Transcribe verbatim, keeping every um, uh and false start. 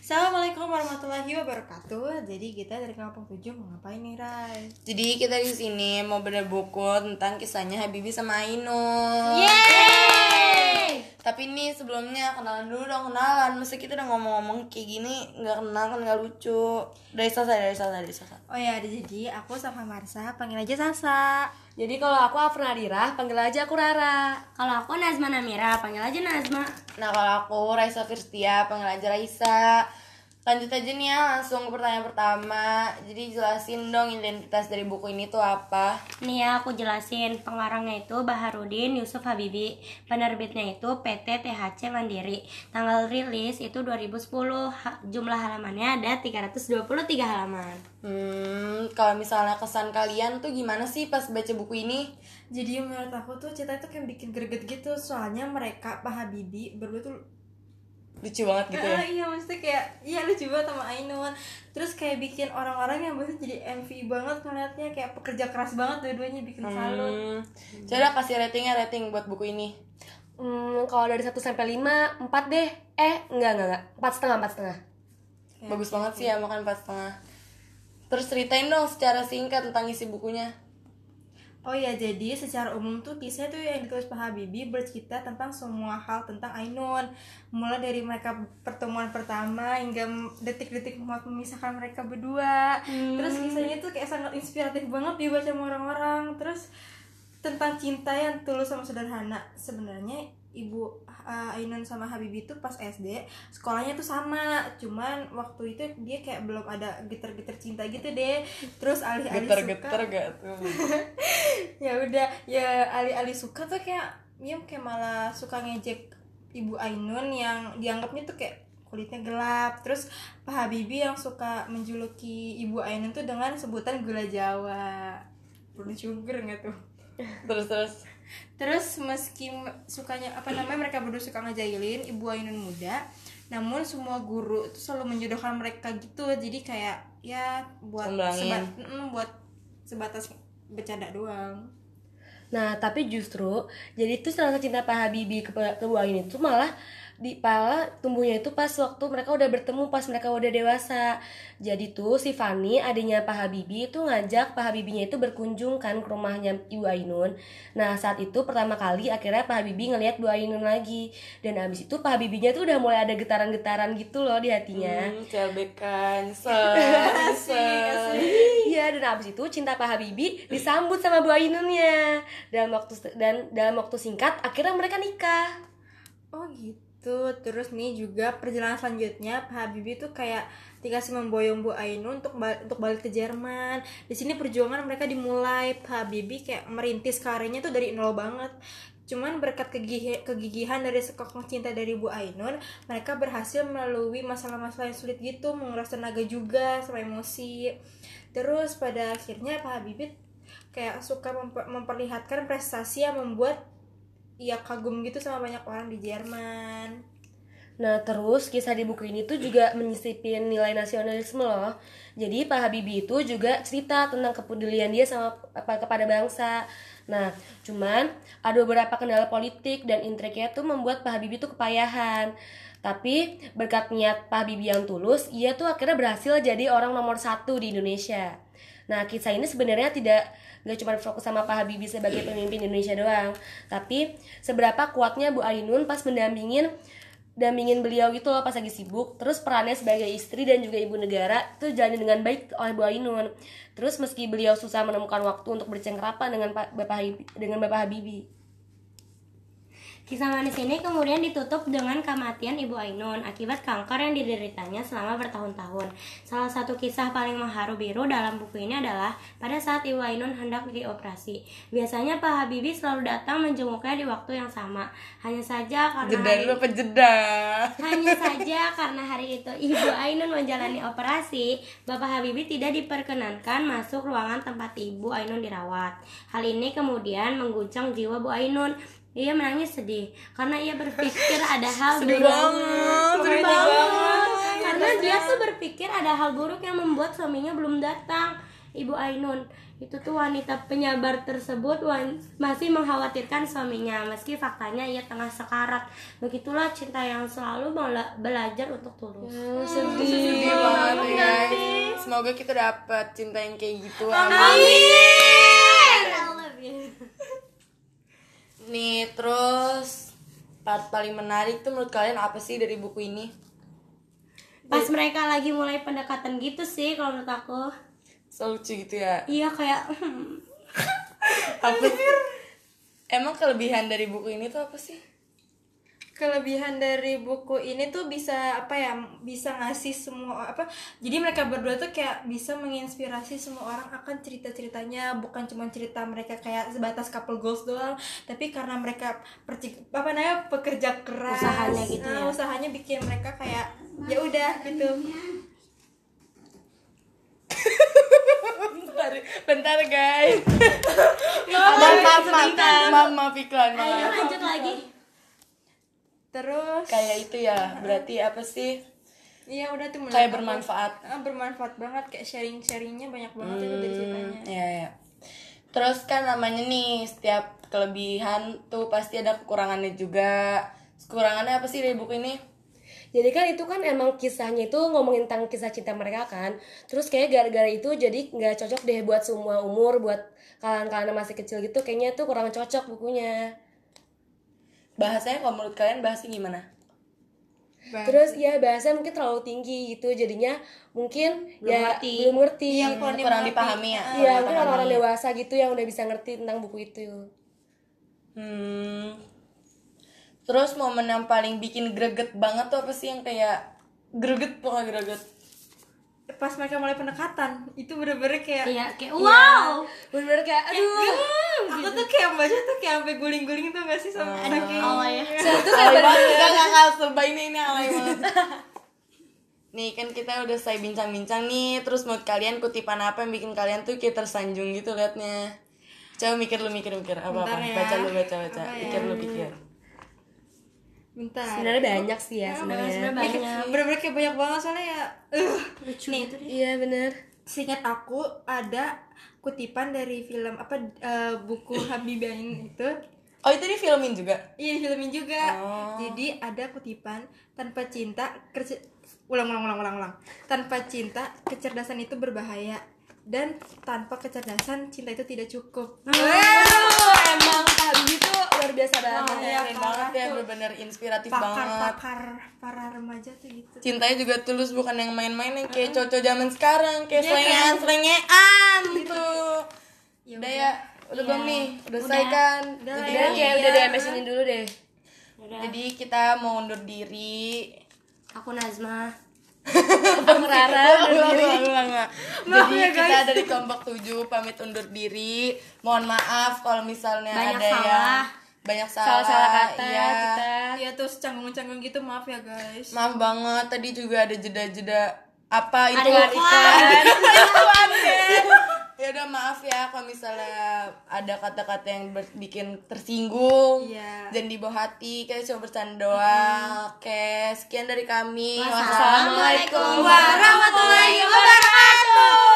Assalamualaikum warahmatullahi wabarakatuh. Jadi kita dari Kampung Tujuh mau ngapain nih, Rai? Jadi kita di sini mau bedah buku tentang kisahnya Habibie sama Ainun. Yeay! Tapi nih sebelumnya kenalan dulu dong, kenalan. Masa kita udah ngomong-ngomong kayak gini nggak kenal kan nggak lucu. Dari Sasa, dari Sasa, dari Sasa. Oh ya, jadi aku sama Marsa, panggil aja Sasa. Jadi kalau aku Afra Nadira, panggil aja aku Rara. Kalau aku Nazma Namira, panggil aja Nazma. Nah kalau aku Raisa Firstia, panggil aja Raisa. Lanjut aja nih ya, langsung ke pertanyaan pertama. Jadi jelasin dong identitas dari buku ini tuh apa? Nih ya aku jelasin, pengarangnya itu Baharudin Yusuf Habibie, penerbitnya itu P T T H C Mandiri. Tanggal rilis itu dua ribu sepuluh, ha- jumlah halamannya ada tiga ratus dua puluh tiga halaman. Hmm, kalau misalnya kesan kalian tuh gimana sih pas baca buku ini? Jadi menurut aku tuh cerita itu kayak bikin greget gitu. Soalnya mereka, Pak Habibie, berdua tuh Lucu banget gitu ya? Ah, iya maksudnya kayak iya lucu banget sama Ainun. Terus kayak bikin orang-orang yang biasanya jadi M V banget ngeliatnya, kayak pekerja keras banget dua-duanya, bikin salut. Hmm, coba kasih ratingnya, rating buat buku ini. Hmm, kalau dari satu sampai lima, empat deh. Eh, enggak, enggak, enggak. empat setengah, empat setengah. Bagus banget sih ya, makan empat setengah. Terus ceritain dong secara singkat tentang isi bukunya. Oh ya, jadi secara umum tuh kisah tuh yang ditulis Pak Habibie bercerita tentang semua hal tentang Ainun. Mulai dari mereka pertemuan pertama hingga detik-detik mau memisahkan mereka berdua. hmm. Terus kisahnya tuh kayak sangat inspiratif banget dibaca sama orang-orang. Terus tentang cinta yang tulus sama sederhana. Sebenarnya ibu uh, Ainun sama Habibie itu pas S D sekolahnya tuh sama, cuman waktu itu dia kayak belum ada geter-geter cinta gitu deh. Terus alih-alih Geter-geter suka gak tuh? ya udah ya alih-alih suka tuh kayak dia kayak malah suka ngejek ibu Ainun yang dianggapnya tuh kayak kulitnya gelap. Terus Pak Habibie yang suka menjuluki ibu Ainun tuh dengan sebutan gula Jawa. Perlu sugar nggak tuh? Terus terus. Terus meski sukanya apa namanya mereka berdua suka ngejailin ibu Ainun muda, namun semua guru itu selalu menjodohkan mereka gitu. Jadi kayak ya buat sebat, mm, buat sebatas bercanda doang. Nah, tapi justru jadi itu rasa cinta Pak Habibie ke, ke Bu Ainun itu malah di pala tumbuhnya itu pas waktu mereka udah bertemu, pas mereka udah dewasa. Jadi tuh si Fani, adiknya Pak Habibie itu ngajak Pak Habibinya itu berkunjung kan ke rumahnya Ibu Ainun. Nah saat itu pertama kali akhirnya Pak Habibie ngelihat Bu Ainun lagi. Dan abis itu Pak Habibinya tuh udah mulai ada getaran-getaran gitu loh di hatinya. Hmm, celbekan, Iya, dan abis itu cinta Pak Habibie disambut sama Bu Ainunnya. Dalam waktu dan dalam waktu singkat akhirnya mereka nikah. Oh gitu. Terus nih juga perjalanan selanjutnya Pak Habibie tuh kayak dikasih memboyong Bu Ainun untuk balik, untuk balik ke Jerman. Di sini perjuangan mereka dimulai. Pak Habibie kayak merintis karirnya tuh dari nol banget. Cuman berkat kegigih, kegigihan dari sekokong cinta dari Bu Ainun, mereka berhasil melalui masalah-masalah yang sulit gitu, menguras tenaga juga sama emosi. Terus pada akhirnya Pak Habibie kayak suka memper, memperlihatkan prestasi yang membuat ia kagum gitu sama banyak orang di Jerman. Nah terus kisah di buku ini tuh juga menyisipin nilai nasionalisme loh. Jadi Pak Habibie itu juga cerita tentang kepedulian dia sama apa kepada bangsa. Nah cuman ada beberapa kendala politik dan intriknya tuh membuat Pak Habibie tuh kepayahan. Tapi berkat niat Pak Habibie yang tulus, ia tuh akhirnya berhasil jadi orang nomor satu di Indonesia. Nah kisah ini sebenarnya tidak gak cuma fokus sama Pak Habibie sebagai pemimpin Indonesia doang, tapi seberapa kuatnya Bu Ainun pas mendampingin dampingin beliau gitu loh pas lagi sibuk. Terus perannya sebagai istri dan juga ibu negara itu jalan dengan baik oleh Bu Ainun. Terus meski beliau susah menemukan waktu untuk bercengkrama dengan Bapak Habibie, dengan Bapak Habibie. Kisah manis ini kemudian ditutup dengan kematian Ibu Ainun akibat kanker yang dideritanya selama bertahun-tahun. Salah satu kisah paling mengharu biru dalam buku ini adalah pada saat Ibu Ainun hendak dioperasi. Biasanya Pak Habibie selalu datang menjenguknya di waktu yang sama. Hanya saja karena jeda hari dulu jeda. Hanya saja karena hari itu Ibu Ainun menjalani operasi, Bapak Habibie tidak diperkenankan masuk ruangan tempat Ibu Ainun dirawat. Hal ini kemudian mengguncang jiwa Bu Ainun. Ia menangis sedih karena ia berpikir ada hal sedih buruk. banget, Sedih banget. banget. Karena dia tuh berpikir ada hal buruk yang membuat suaminya belum datang. Ibu Ainun. Itu tuh wanita penyabar tersebut wan- masih mengkhawatirkan suaminya meski faktanya ia tengah sekarat. Begitulah cinta yang selalu bela- belajar untuk tulus. Sedih banget ya guys. Semoga kita dapat cinta yang kayak gitu. Amin. Amin. Nih terus part paling menarik tuh menurut kalian apa sih dari buku ini? Pas mereka lagi mulai pendekatan gitu sih kalau menurut aku. So lucu gitu ya. Iya kayak Apa sih? Emang kelebihan dari buku ini tuh apa sih? Kelebihan dari buku ini tuh bisa apa ya, bisa ngasih semua apa, jadi mereka berdua tuh kayak bisa menginspirasi semua orang akan cerita-ceritanya, bukan cuma cerita mereka kayak sebatas couple goals doang, tapi karena mereka perci- apa namanya pekerja keras, Usahanya gitu nah, ya. usahanya bikin mereka kayak ya udah gitu. bentar, bentar guys. maaf, maaf, maaf, maaf, maaf iklan, ayo maaf. lanjut lagi. Terus Kayak itu ya, berarti apa sih? iya udah tuh menurut Kayak aku, bermanfaat. ah, bermanfaat banget, kayak sharing-sharingnya banyak banget itu dari ceritanya. Iya, iya. Terus kan namanya nih, setiap kelebihan tuh pasti ada kekurangannya juga. Kekurangannya apa sih dari buku ini? Jadi kan itu kan emang kisahnya itu ngomongin tentang kisah cinta mereka kan. Terus kayak gara-gara itu jadi nggak cocok deh buat semua umur, buat kalian-kalian yang masih kecil gitu. Kayaknya tuh kurang cocok bukunya. Bahasanya kalau menurut kalian bahasnya gimana? Bah- Terus ya bahasanya mungkin terlalu tinggi gitu. Jadinya mungkin Belum ya ngerti. belum ngerti. yang kurang, Kurang dimengerti. dipahami ya? Ah, Iya, mungkin orang-orang dewasa gitu yang udah bisa ngerti tentang buku itu. Hmm. Terus momen yang paling bikin greget banget tuh apa sih, yang kayak greget pokoknya greget? pas mereka mulai pendekatan itu bener-bener kayak Iya kayak wow. Bener-bener kayak aduh. aku tuh kayak baca tuh kayak sampai guling-guling tuh gak sih sama saking Allah ya. Itu Alay banget, gak, gak, gak, serba ini, ini alay banget. Nih kan kita udah selesai bincang-bincang nih. Terus menurut kalian kutipan apa yang bikin kalian tuh kayak tersanjung gitu liatnya? Coba mikir lu, mikir-mikir apa-apa. Bentar ya. Baca lu, baca-baca. Apa ya? Pikir lu, pikir. bentar Sebenarnya banyak sih ya sebenarnya. Sebenarnya banyak. bener-bener kayak banyak banget soalnya ya uh, Lucu nih gitu deh. Iya bener. seingat aku ada kutipan dari film apa eh, buku Habibie Ainun itu. Oh itu di filmin juga? Iya, filmin juga. Oh. Jadi ada kutipan, tanpa cinta kerja ulang ulang ulang ulang ulang. Tanpa cinta kecerdasan itu berbahaya, dan tanpa kecerdasan cinta itu tidak cukup. Aduh, emang Pak Habibie tuh luar biasa banget. Wah, iya, Keren banget ya, tuh. bener-bener inspiratif banget. Pakar-pakar para remaja tuh gitu. Cintanya juga tulus, bukan yang main-main yang kayak cocok zaman sekarang, kayak Iya, selengean selengean gitu. Ya Udah ya, udah belum Iya. nih, udah selesai kan? Udah lah Jadi, Udah ya. kayak udah di M S ini dulu deh. Udah. jadi kita mau undur diri. Aku Nazma. Bang Rara Ulang, ulang, ulang, ulang. Maaf Jadi ya, kita guys. dari kelompok tujuh pamit undur diri. Mohon maaf kalau misalnya Banyak ada salah. yang banyak salah, Salah-salah kata iya. kita. Iya, terus canggung-canggung gitu, maaf ya guys. Maaf banget, tadi juga ada jeda-jeda apa itu Ada iklan. Iklan, ya. Ya udah maaf ya kalau misalnya ada kata-kata yang ber- bikin tersinggung. Iya. Jangan dibawa hati, kita cuma bercanda doang. Oke, sekian dari kami. Wassalamualaikum warahmatullahi wabarakatuh.